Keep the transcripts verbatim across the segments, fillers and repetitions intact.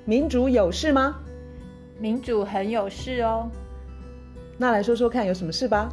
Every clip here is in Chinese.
民主有事吗？ 民主很有事哦。 那来说说看有什么事吧。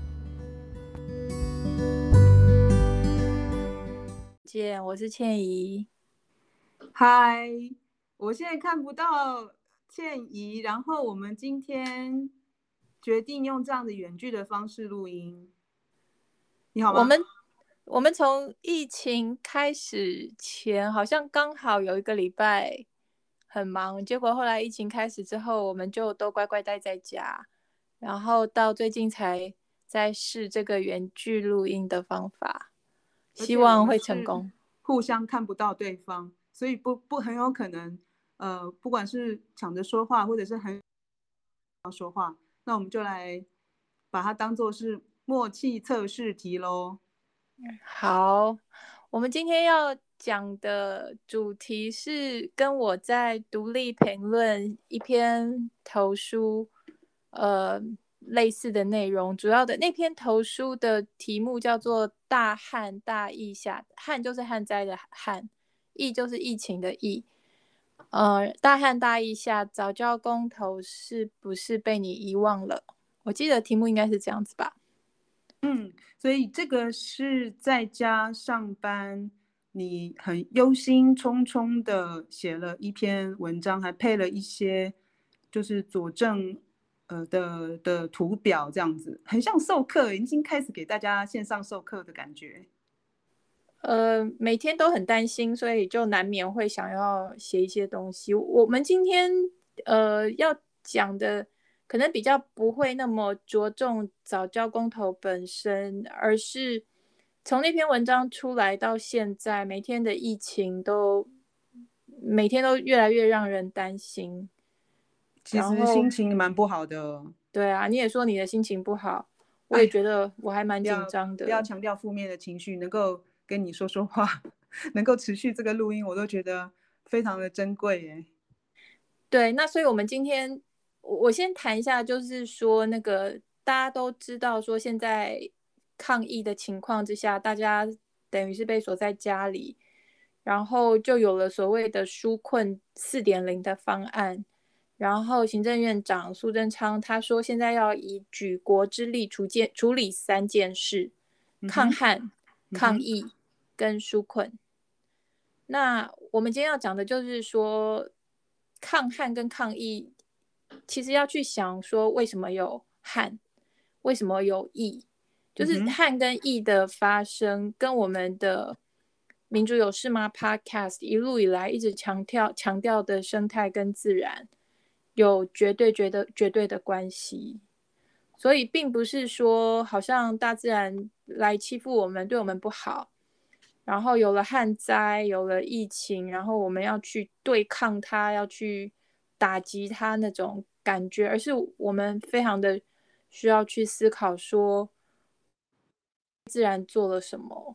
见，我是倩怡。 嗨，我现在看不到倩怡，然后我们今天决定用这样的远距的方式录音。你好吗？ 我们我们从疫情开始前好像刚好有一个礼拜很忙，结果后来疫情开始之后，我们就都乖乖待在家，然后到最近才在试这个远距录音的方法，希望会成功。 互相看不到对方，所以不不很有可能，呃，不管是抢着说话，或者是很说话，那我们就来把它当作是默契测试题咯。 好，我们今天要讲的主题是跟我在独立评论一篇投书呃类似的内容，主要的那篇投书的题目叫做大旱大疫下，旱就是旱灾的旱，疫就是疫情的疫。呃，大旱大疫下，早教公投是不是被你遗忘了？我记得题目应该是这样子吧。 嗯，所以这个是在家上班，你很忧心忡忡的写了一篇文章，还配了一些就是佐证呃的的图表，这样子很像授课，已经开始给大家线上授课的感觉。 呃，每天都很担心，所以就难免会想要写一些东西。我们今天呃要讲的可能比较不会那么着重早教公投本身，而是从那篇文章出来到现在，每天的疫情都每天都越来越让人担心。 其实心情蛮不好的。 对啊，你也说你的心情不好，我也觉得我还蛮紧张的。 不要强调负面的情绪，能够跟你说说话，能够持续这个录音，我都觉得非常的珍贵耶。 对，那所以我们今天我先谈一下，就是说那个大家都知道说现在抗疫的情况之下，大家等于是被锁在家里，然后就有了所谓的纾困 四点零 的方案，然后行政院长苏贞昌他说现在要以举国之力处件处理三件事，抗旱、抗疫跟纾困。那我们今天要讲的就是说抗旱跟抗疫其实要去想说为什么有旱，为什么有疫，就是旱跟疫的发生跟我们的民主有事吗 Podcast 一路以来一直强调强调的生态跟自然有绝对绝对绝对的关系。所以并不是说好像大自然来欺负我们，对我们不好，然后有了旱灾，有了疫情，然后我们要去对抗它，要去打击它那种感觉，而是我们非常的需要去思考说自然做了什么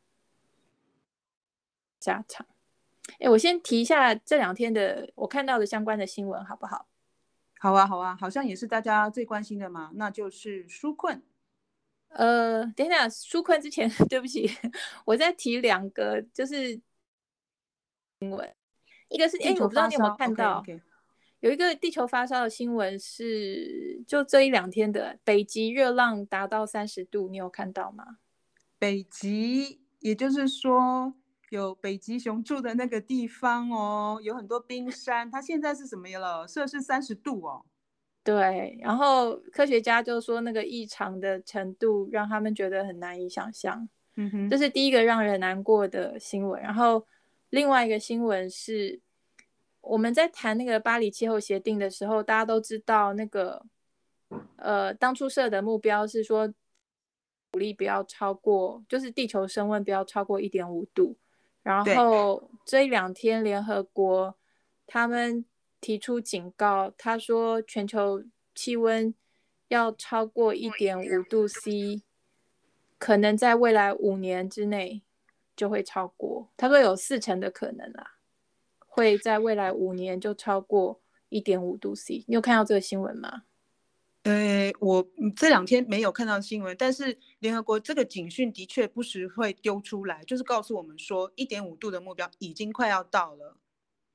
加强。哎，我先提一下这两天的我看到的相关的新闻好不好？ 好啊好啊，好像也是大家最关心的嘛，那就是纾困。 呃，等一下，纾困之前对不起，我再提两个就是新闻，一个是哎，我不知道你有没有看到 okay, okay. 有一个地球发烧的新闻是就这一两天的，北极热浪达到三十度，你有看到吗？ 北极也就是说有北极熊住的那个地方哦，有很多冰山，它现在是什么了？摄氏三十度哦。 对，然后科学家就说那个异常的程度让他们觉得很难以想象。 嗯哼， 这是第一个让人难过的新闻。然后另外一个新闻是我们在谈那个巴黎气候协定的时候，大家都知道那个呃当初设的目标是说鼓励不要超过，就是地球升温不要超过 一点五度。然后这一两天联合国他们提出警告，他说全球气温要超过 一点五度 C， 可能在未来五年之内就会超过。他说有四成的可能啦，会在未来五年就超过 一点五度 C。 你有看到这个新闻吗？ 呃，我这两天没有看到新闻，但是联合国这个警讯的确不时会丢出来，就是告诉我们说 一点五度的目标已经快要到了。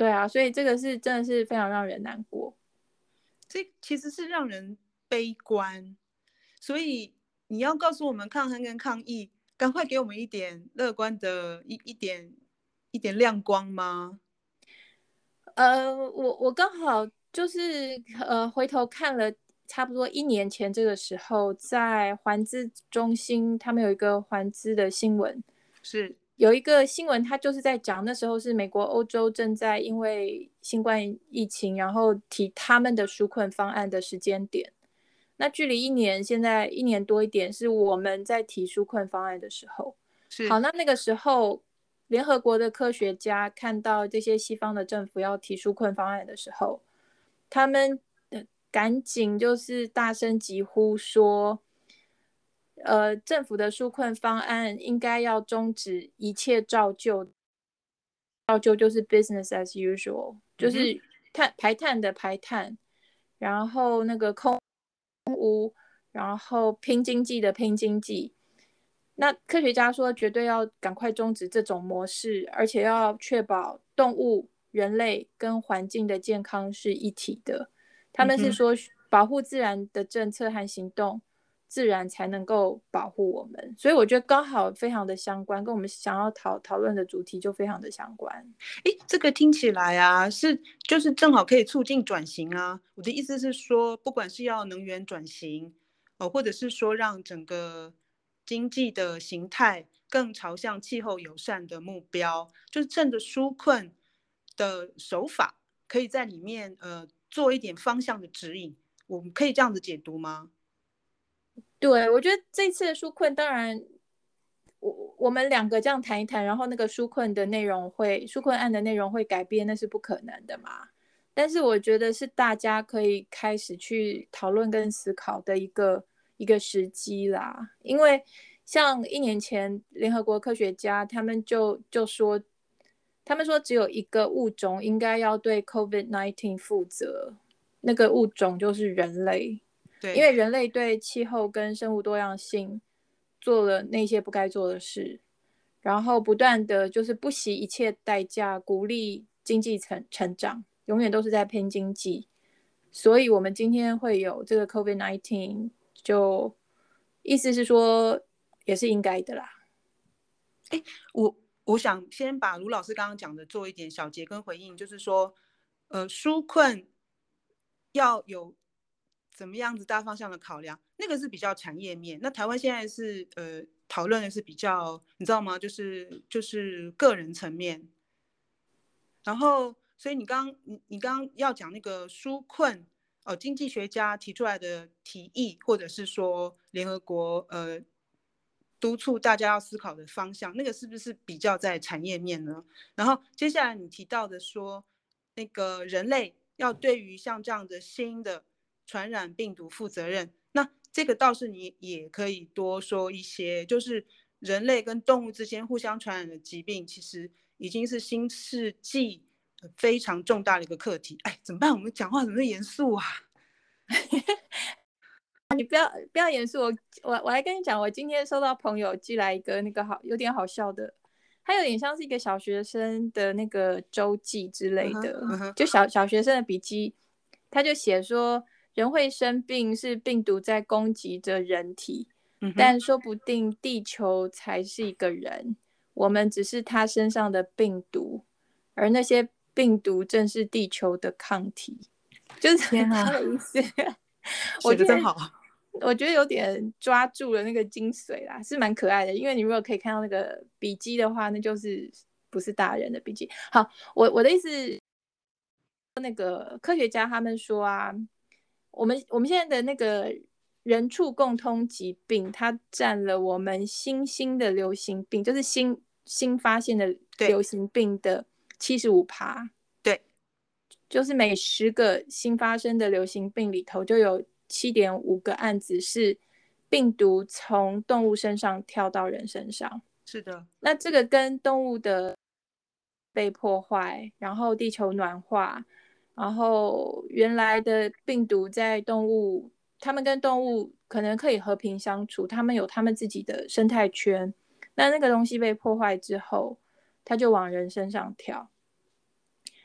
对啊，所以这个是真的是非常让人难过。 这其实是让人悲观，所以你要告诉我们抗旱跟抗疫，赶快给我们一点乐观的一一点一点亮光吗？ 呃，我我刚好就是呃回头看了差不多一年前这个时候，在环资中心他们有一个环资的新闻， 是有一个新闻，它就是在讲那时候是美国、欧洲正在因为新冠疫情，然后提他们的纾困方案的时间点。那距离一年，现在一年多一点，是我们在提纾困方案的时候。好，那那个时候，联合国的科学家看到这些西方的政府要提纾困方案的时候，他们赶紧就是大声疾呼说，呃，政府的纾困方案应该要终止一切照旧，照旧就是 business as usual， 就是碳排碳的排碳，然后那个空污，然后拼经济的拼经济。那科学家说，绝对要赶快终止这种模式，而且要确保动物、人类跟环境的健康是一体的。他们是说，保护自然的政策和行动，自然才能够保护我们。所以我觉得刚好非常的相关，跟我们想要讨讨论的主题就非常的相关。 诶，这个听起来啊，是就是正好可以促进转型啊。我的意思是说，不管是要能源转型，哦，或者是说让整个经济的形态更朝向气候友善的目标，就是趁着纾困的手法，可以在里面呃做一点方向的指引。我们可以这样子解读吗？ 对，我觉得这次的纾困，当然我我们两个这样谈一谈，然后那个纾困的内容会纾困案的内容会改变，那是不可能的嘛。但是我觉得是大家可以开始去讨论跟思考的一个一个时机啦。因为像一年前联合国科学家他们就就说，他们说只有一个物种应该要对 COVID 十九 负责，那个物种就是人类。 对， 因为人类对气候跟生物多样性做了那些不该做的事，然后不断的就是不惜一切代价鼓励经济成成长，永远都是在拼经济。所以我们今天会有这个 COVID 十九，就意思是说也是应该的啦。 诶，我我想先把卢老师刚刚讲的做一点小结跟回应，就是说，呃，纾困要有怎么样子大方向的考量，那个是比较产业面。那台湾现在是呃讨论的是比较，你知道吗？就是就是个人层面。然后，所以你刚你你刚刚要讲那个纾困，哦，经济学家提出来的提议，或者是说联合国呃。督促大家要思考的方向，那个是不是比较在产业面呢？然后接下来你提到的说，那个人类要对于像这样的新的传染病毒负责任，那这个倒是你也可以多说一些，就是人类跟动物之间互相传染的疾病，其实已经是新世纪非常重大的一个课题。哎，怎么办？我们讲话怎么严肃啊？ 你不要不要严肃，我我我来跟你讲，我今天收到朋友寄来一个那个好有点好笑的，它有点像是一个小学生的那个周记之类的， uh-huh, uh-huh. 就小小学生的笔记，他就写说人会生病是病毒在攻击着人体， 嗯、 但说不定地球才是一个人，我们只是他身上的病毒，而那些病毒正是地球的抗体，就是他的意思。 写得真好。 我觉得有点抓住了那个精髓啦，是蛮可爱的。因为你如果可以看到那个笔记的话，那就是不是大人的笔记。好，我我的意思，那个科学家他们说啊，我们我们现在的那个人畜共通疾病，它占了我们新兴的流行病，就是新新发现的流行病的七十五趴。 对， 就是每十个新发生的流行病里头，就有七点五个案子是病毒从动物身上跳到人身上。 是的， 那这个跟动物的被破坏，然后地球暖化，然后原来的病毒在动物，他们跟动物可能可以和平相处，他们有他们自己的生态圈。那那个东西被破坏之后，它就往人身上跳。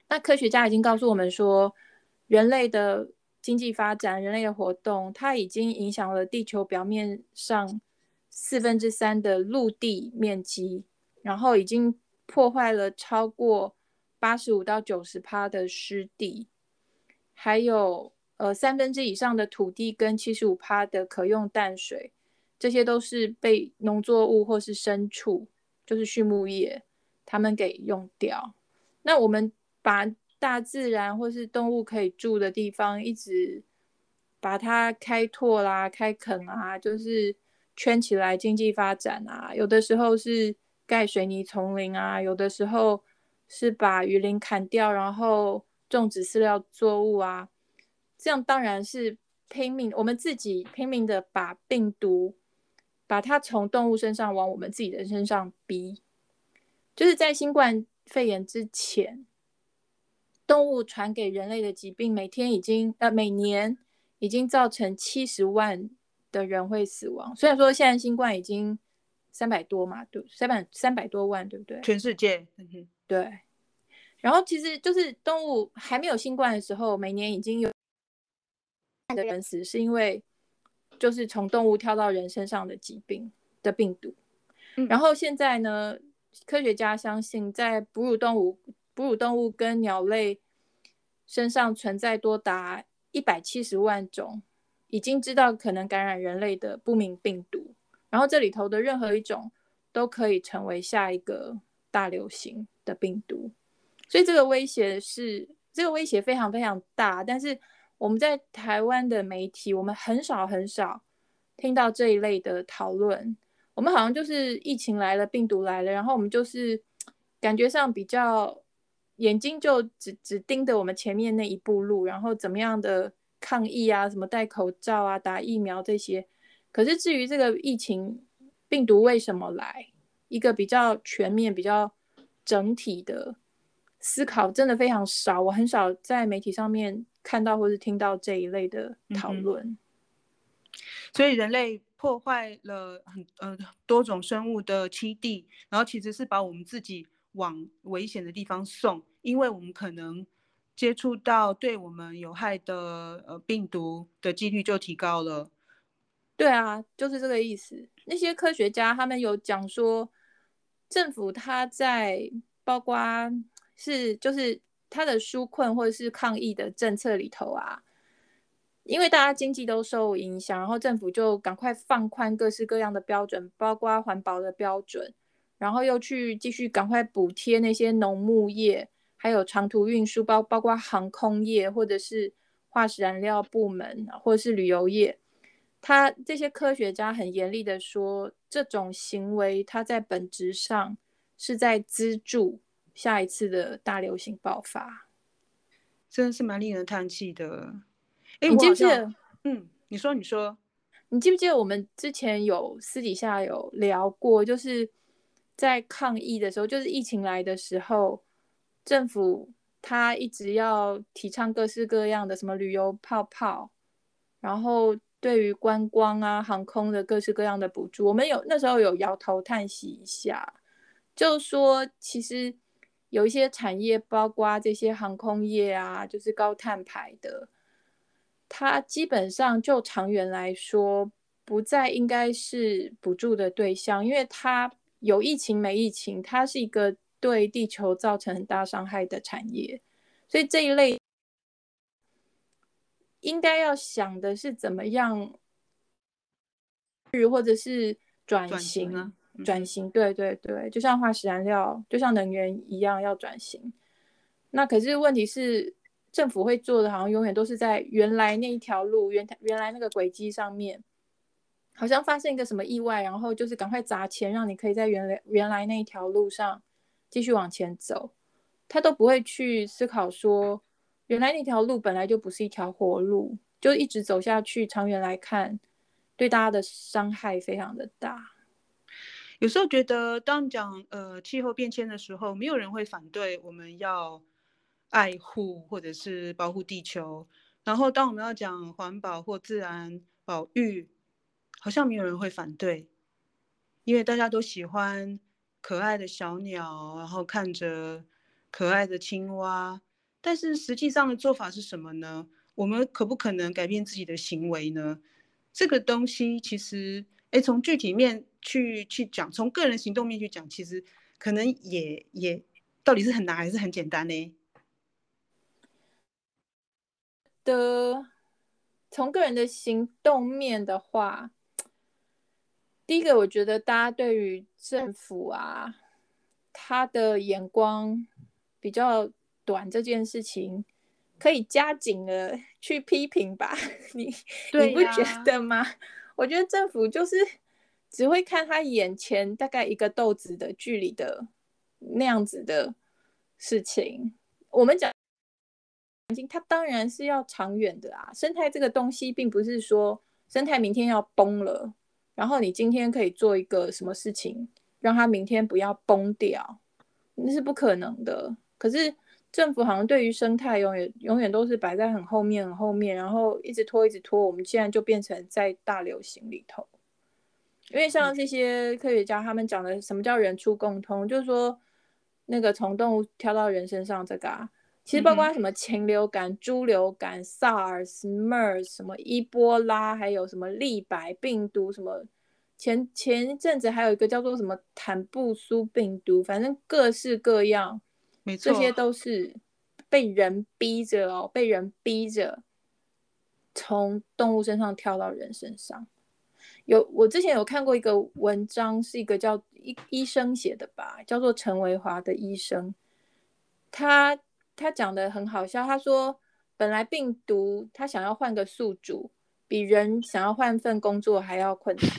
那科学家已经告诉我们说，人类的经济发展、人类的活动，它已经影响了地球表面上四分之三的陆地面积，然后已经破坏了超过八十五到九十趴的湿地，还有呃三分之以上的土地跟七十五趴的可用淡水，这些都是被农作物或是牲畜，就是畜牧业，他们给用掉。那我们把大自然或是动物可以住的地方一直把它开拓啦、开垦啊，就是圈起来经济发展啊。有的时候是盖水泥丛林啊，有的时候是把雨林砍掉，然后种植饲料作物啊。这样当然是拼命，我们自己拼命的把病毒把它从动物身上往我们自己的身上逼。就是在新冠肺炎之前，动物传给人类的疾病每天已经呃每年已经造成七十万的人会死亡。虽然说现在新冠已经三百多嘛，对，三百三百多万，对不对？ 全世界，嗯、 对。然后其实就是动物还没有新冠的时候，每年已经有的人死，是因为就是从动物跳到人身上的疾病的病毒。 嗯、 然后现在呢，科学家相信在哺乳动物、哺乳动物跟鸟类身上存在多达一百七十万种已经知道可能感染人类的不明病毒，然后这里头的任何一种都可以成为下一个大流行的病毒。所以这个威胁是这个威胁非常非常大，但是我们在台湾的媒体，我们很少很少听到这一类的讨论。我们好像就是疫情来了，病毒来了，然后我们就是感觉上比较眼睛就只只盯着我们前面那一步路，然后怎么样的抗疫啊，什么戴口罩啊，打疫苗这些。可是至于这个疫情病毒为什么来，一个比较全面、比较整体的思考真的非常少，我很少在媒体上面看到或是听到这一类的讨论。嗯、 所以人类破坏了很呃多种生物的栖地，然后其实是把我们自己往危险的地方送，因为我们可能接触到对我们有害的呃病毒的几率就提高了。 对啊，就是这个意思。那些科学家他们有讲说，政府他在包括是就是他的纾困或者是抗疫的政策里头啊，因为大家经济都受影响，然后政府就赶快放宽各式各样的标准，包括环保的标准，然后又去继续赶快补贴那些农牧业，还有长途运输，包包括航空业或者是化石燃料部门，或者是旅游业。他这些科学家很严厉的说，这种行为它在本质上是在资助下一次的大流行爆发， 真的是蛮令人叹气的。哎， 你记不记得？ 嗯，你说，你说， 你记不记得我们之前有私底下有聊过，就是在抗疫的时候，就是疫情来的时候，政府他一直要提倡各式各样的什么旅游泡泡，然后对于观光啊、航空的各式各样的补助，我们有那时候有摇头叹息一下，就说其实有一些产业，包括这些航空业啊，就是高碳排的，它基本上就长远来说，不再应该是补助的对象，因为它有疫情没疫情，它是一个对地球造成很大伤害的产业，所以这一类应该要想的是怎么样，或者是转型， 转型啊， 转型，对对对，就像化石燃料，就像能源一样要转型。那可是问题是，政府会做的好像永远都是在原来那一条路，原原来那个轨迹上面，好像发生一个什么意外，然后就是赶快砸钱，让你可以在原来原来那一条路上继续往前走。他都不会去思考说，原来那条路本来就不是一条活路，就一直走下去，长远来看，对大家的伤害非常的大。 有时候觉得，当讲呃气候变迁的时候，没有人会反对我们要爱护或者是保护地球。然后，当我们要讲环保或自然保育，好像没有人会反对，因为大家都喜欢可爱的小鸟，然后看着可爱的青蛙， 但是实际上的做法是什么呢？我们可不可能改变自己的行为呢？这个东西其实，哎，从具体面去去讲，从个人行动面去讲，其实可能也也到底是很难还是很简单呢？ 的，从个人的行动面的话，第一个我觉得大家对于政府啊，他的眼光比较短这件事情，可以加紧了去批评吧？你你不觉得吗？我觉得政府就是只会看他眼前大概一个豆子的距离的那样子的事情。我们讲它当然是要长远的啊，生态这个东西并不是说生态明天要崩了，然后你今天可以做一个什么事情让它明天不要崩掉，那是不可能的。可是政府好像对于生态永远永远都是摆在很后面很后面，然后一直拖一直拖，我们现在就变成在大流行里头。因为像这些科学家他们讲的什么叫人畜共通，就是说那个从动物跳到人身上这个啊，其实包括什么禽流感、猪流感、SARS、MERS、什么伊波拉，还有什么利百病毒，什么前前一阵子还有一个叫做什么坦布苏病毒，反正各式各样， 没错， 这些都是被人逼着哦，被人逼着从动物身上跳到人身上。有我之前有看过一个文章，是一个叫医医生写的吧，叫做陈维华的医生，他他讲的很好笑，他说本来病毒他想要换个宿主，比人想要换份工作还要困难。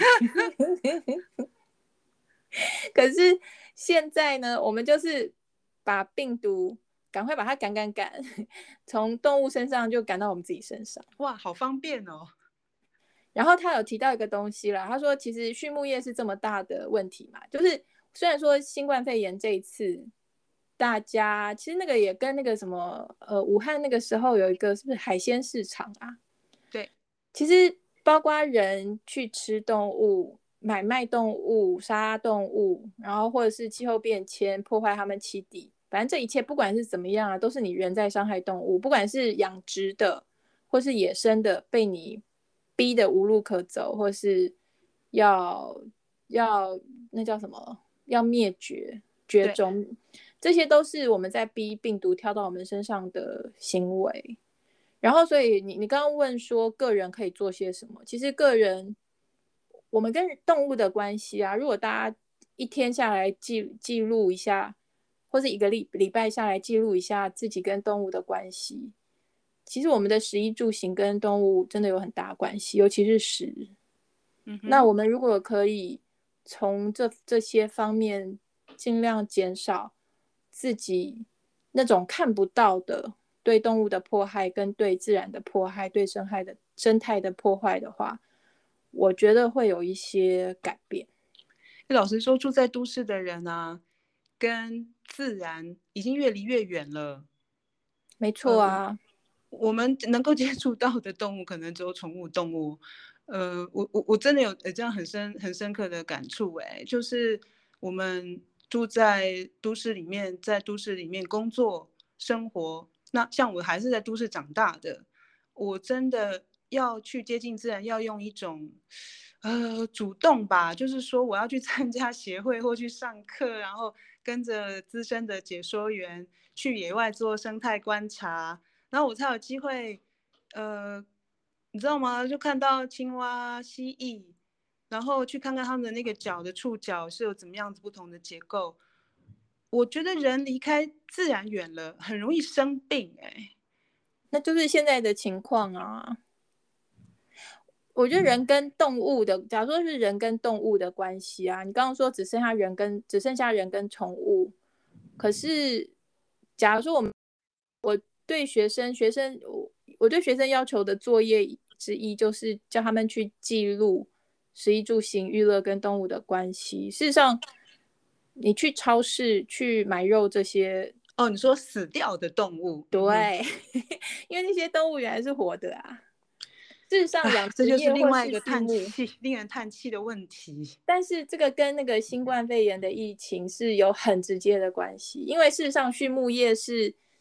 可是现在呢，我们就是把病毒赶快把它赶赶赶，从动物身上就赶到我们自己身上。 哇，好方便哦。 然后他有提到一个东西啦，他说其实畜牧业是这么大的问题嘛，就是虽然说新冠肺炎这一次大家其实那个也跟那个什么呃武汉那个时候有一个是不是海鲜市场啊， 对， 其实包括人去吃动物、买卖动物、杀动物，然后或者是气候变迁破坏他们栖地，反正这一切不管是怎么样啊，都是你人在伤害动物，不管是养殖的或是野生的，被你逼得无路可走，或是要要那叫什么，要灭绝绝种，这些都是我们在逼病毒跳到我们身上的行为。然后所以你你刚刚问说个人可以做些什么，其实个人我们跟动物的关系啊，如果大家一天下来记记录一下，或是一个礼礼拜下来记录一下自己跟动物的关系，其实我们的食衣住行跟动物真的有很大关系，尤其是食。嗯、那我们如果可以从这这些方面尽量减少自己那种看不到的对动物的迫害跟对自然的迫害，对生态的生态的破坏的话，我觉得会有一些改变。 老实说，住在都市的人啊，跟自然已经越离越远了。 没错啊、呃， 我们能够接触到的动物可能只有宠物动物。呃，我我我真的有这样很深很深刻的感触，哎，就是我们住在都市里面，在都市里面工作生活，那像我还是在都市长大的，我真的要去接近自然，要用一种呃主动吧，就是说我要去参加协会或去上课，然后跟着资深的解说员去野外做生态观察，然后我才有机会呃你知道吗，就看到青蛙、蜥蜴，然后去看看他们的那个脚的触角是有怎么样子不同的结构。我觉得人离开自然远了很容易生病，欸， 那就是现在的情况啊。我觉得人跟动物的，假如说是人跟动物的关系啊，你刚刚说只剩下人跟只剩下人跟宠物，可是假如说我们我对学生学生我我对学生要求的作业之一就是叫他们去记录食衣住行娱乐跟动物的关系。事实上你去超市去买肉这些， 哦，你说死掉的动物， 对，嗯、因为那些动物原来是活的啊。事实上养这就是另外一个叹气令人叹气的问题。 但是这个跟那个新冠肺炎的疫情是有很直接的关系，因为事实上畜牧业是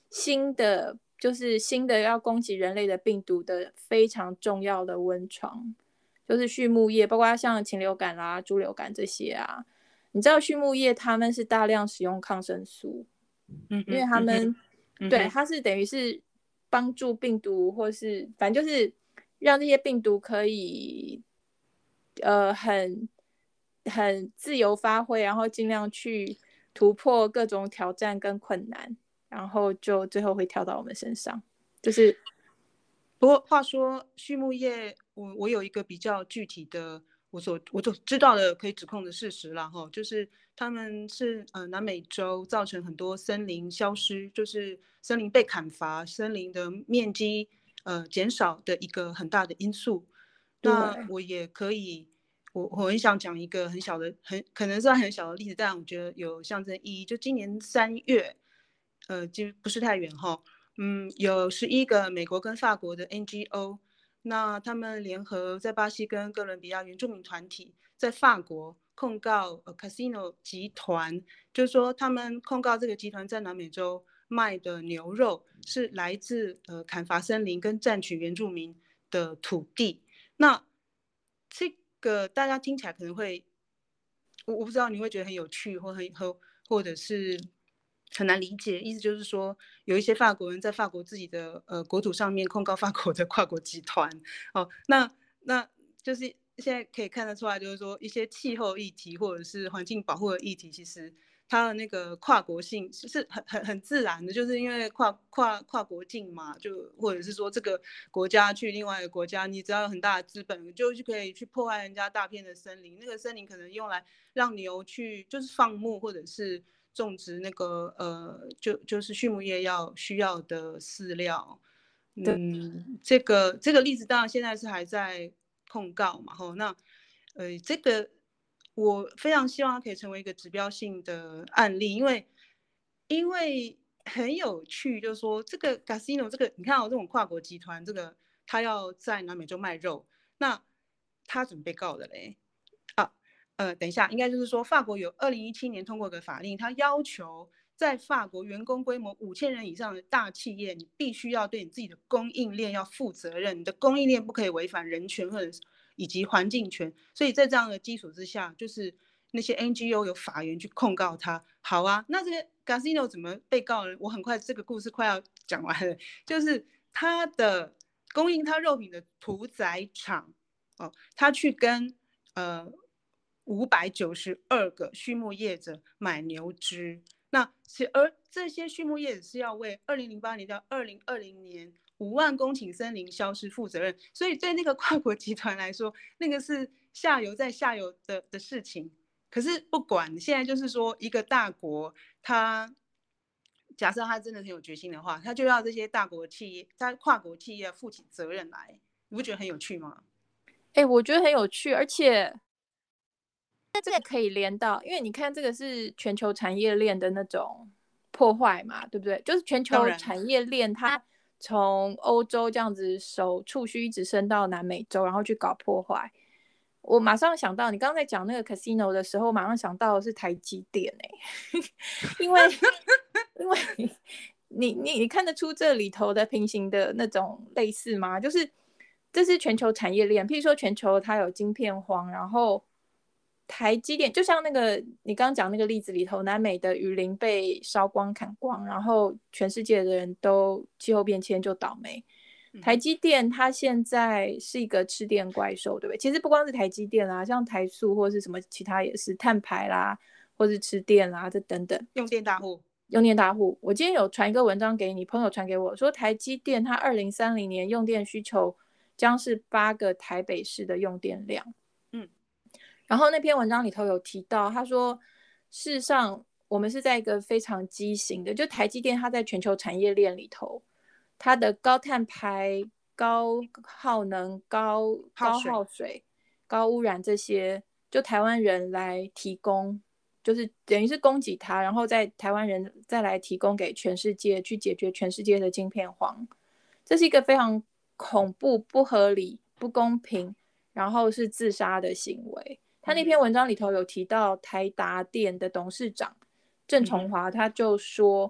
新的就是新的要攻击人类的病毒的非常重要的温床，就是畜牧业，包括像禽流感啦、猪流感这些啊。你知道畜牧业他们是大量使用抗生素， 嗯， 因为他们、 嗯、 对它是等于是帮助病毒，或是反正就是让这些病毒可以呃很很自由发挥，然后尽量去突破各种挑战跟困难，然后就最后会跳到我们身上。就是不过话说畜牧业，我我有一个比较具体的我所我所知道的可以指控的事实啦齁，就是他们是呃南美洲造成很多森林消失，就是森林被砍伐，森林的面积呃减少的一个很大的因素。那我也可以，我我很想讲一个很小的很可能是很小的例子，但我觉得有象征意义。就今年三月，呃，就不是太远哈。嗯，有十一个美国跟法国的 N G O， 那他们联合在巴西跟哥伦比亚原住民团体在法国控告呃 Casino 集团，就是说他们控告这个集团在南美洲卖的牛肉是来自呃砍伐森林跟占取原住民的土地。那这个大家听起来可能会，我我不知道你会觉得很有趣，或很或或者是很难理解。意思就是说，有一些法国人在法国自己的呃国土上面控告法国的跨国集团。哦，那那就是现在可以看得出来，就是说一些气候议题或者是环境保护的议题，其实它的那个跨国性是很很很自然的，就是因为跨跨跨国境嘛，就或者是说这个国家去另外一个国家，你只要有很大的资本，就就可以去破坏人家大片的森林，那个森林可能用来让牛去就是放牧或者是种植那个呃就就是畜牧业要需要的饲料。嗯，这个这个例子当然现在是还在控告嘛，吼，那呃这个我非常希望它可以成为一个指标性的案例，因为因为很有趣，就是说这个 Casino 这个你看哦，这种跨国集团，这个他要在南美洲卖肉，那他怎么被告的嘞？啊，呃，等一下，应该就是说法国有二零一七年通过个法令，他要求在法国员工规模五千人以上的大企业，你必须要对你自己的供应链要负责任，你的供应链不可以违反人权或者以及环境权。所以在这样的基础之下，就是那些 N G O 有法源去控告他。好啊，那这个 Casino 怎么被告呢？我很快这个故事快要讲完了，就是他的供应他肉品的屠宰场哦，他去跟呃五百九十二个畜牧业者买牛只。那而这些畜牧业者是要为二零零八年到二零二零年五万公顷森林消失负责任，所以对那个跨国集团来说，那个是下游在下游 的, 的事情。可是不管现在就是说一个大国，他假设他真的很有决心的话，他就要这些大国企业，他跨国企业负起责任来，你不觉得很有趣吗？ 哎、欸，我觉得很有趣，而且这个可以连到，因为你看这个是全球产业链的那种破坏嘛，对不对？就是全球产业链，它从欧洲这样子手触须一直伸到南美洲，然后去搞破坏。我马上想到，你刚才讲那个 casino 的时候，马上想到的是台积电哎、欸，因为因为你你你看得出这里头的平行的那种类似吗？就是这是全球产业链，譬如说全球它有晶片荒，然后台积电就像那个你刚刚讲那个例子里头，南美的雨林被烧光砍光，然后全世界的人都气候变迁就倒霉。台积电它现在是一个吃电怪兽，对不对？其实不光是台积电啦，像台塑或是什么其他也是碳排啦，或是吃电啦，这等等。 用电大户， 用电大户。我今天有传一个文章给你，朋友传给我说，台积电它二零三零年用电需求将是八个台北市的用电量。 嗯， 然后那篇文章里头有提到，他说，事实上我们是在一个非常畸形的，就台积电它在全球产业链里头。它的高碳排、高耗能、高高耗水、高污染这些，就台湾人来提供，就是等于是供给它，然后在台湾人再来提供给全世界，去解决全世界的晶片荒。这是一个非常恐怖、不合理、不公平，然后是自杀的行为。他那篇文章里头有提到台达电的董事长郑崇华，他就说。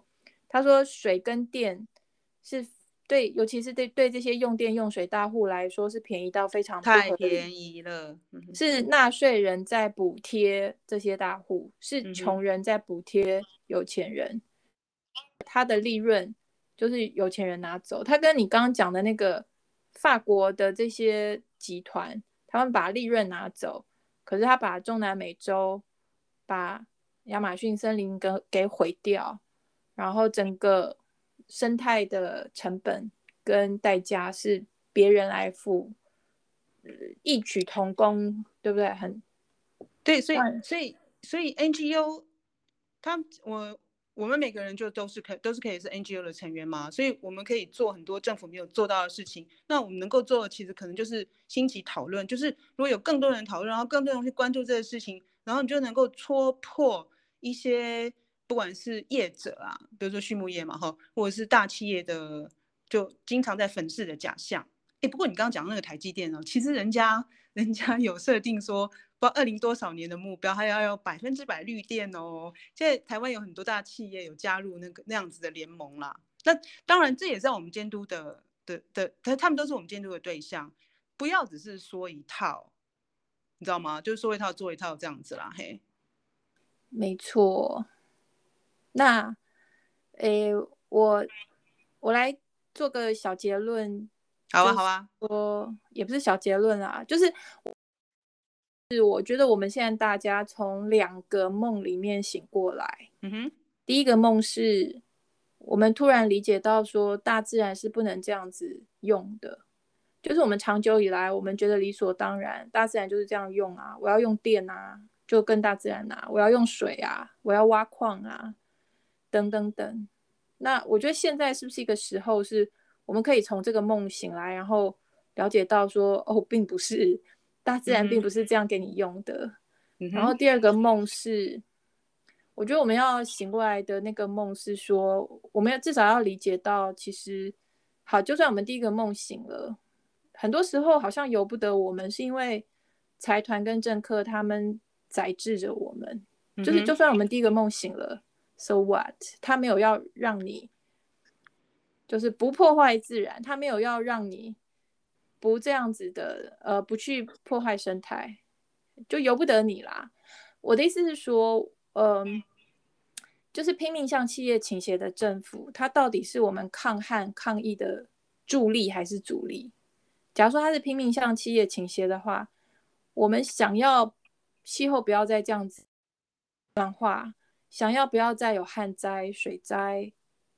他说水跟电是对，尤其是对对这些用电用水大户来说是便宜到非常不合理， 太便宜了，嗯、 是纳税人在补贴这些大户，是穷人在补贴有钱人，嗯、他的利润就是有钱人拿走。他跟你刚刚讲的那个法国的这些集团，他们把利润拿走，可是他把中南美洲、把亚马逊森林给给毁掉，然后整个生态的成本跟代价是别人来付，异曲同工，对不对？很对，所以所以所以 N G O， 他我我们每个人就都是可都是可以是 N G O 的成员嘛，所以我们可以做很多政府没有做到的事情。那我们能够做的，其实可能就是兴起讨论，就是如果有更多人讨论，然后更多人去关注这个事情，然后你就能够戳破一些不管是业者啊，比如说畜牧业嘛，哈，或者是大企业的，就经常在粉饰的假象。哎，不过你刚刚讲那个台积电呢，其实人家人家有设定说，不知道二零多少年的目标，还要有百分之百绿电哦。现在台湾有很多大企业有加入那个那样子的联盟啦。那当然，这也是我们监督的的的，他们都是我们监督的对象。不要只是说一套，你知道吗？就是说一套做一套这样子啦，嘿。 没错。那，诶，我我来做个小结论。 好啊，好啊。 说也不是小结论啦，就是是我觉得我们现在大家从两个梦里面醒过来。 嗯哼。 第一个梦是我们突然理解到说大自然是不能这样子用的，就是我们长久以来我们觉得理所当然，大自然就是这样用啊，我要用电啊就跟大自然啊，我要用水啊，我要挖矿啊，等等等。那我觉得现在是不是一个时候是我们可以从这个梦醒来，然后了解到说哦，并不是大自然并不是这样给你用的。 嗯、 然后第二个梦是我觉得我们要醒过来的那个梦是说，我们至少要理解到其实好，就算我们第一个梦醒了，很多时候好像由不得我们，是因为财团跟政客他们宰制着我们、嗯、就是就算我们第一个梦醒了 so what， 他没有要让你就是不破坏自然，他没有要让你不这样子的呃，不去破坏生态，就由不得你啦。我的意思是说嗯，就是拼命向企业倾斜的政府，它到底是我们抗旱抗疫的助力还是阻力？假如说它是拼命向企业倾斜的话，我们想要气候不要再这样子暖化，想要不要再有旱灾水灾，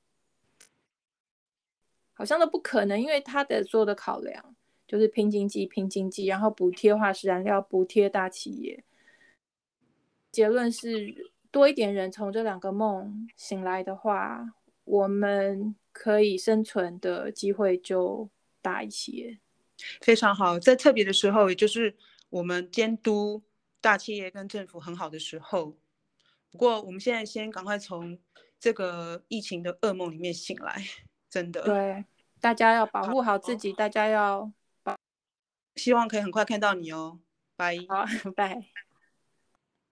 好像都不可能，因为它的所有的考量就是拼经济拼经济，然后补贴化石燃料，补贴大企业。结论是多一点人从这两个梦醒来的话，我们可以生存的机会就大一些。 非常好，在特别的时候，也就是我们监督大企业跟政府很好的时候。不过我们现在先赶快从这个疫情的噩梦里面醒来，真的。 对，大家要保护好自己，大家要保。 希望可以很快看到你哦，拜。 好，拜。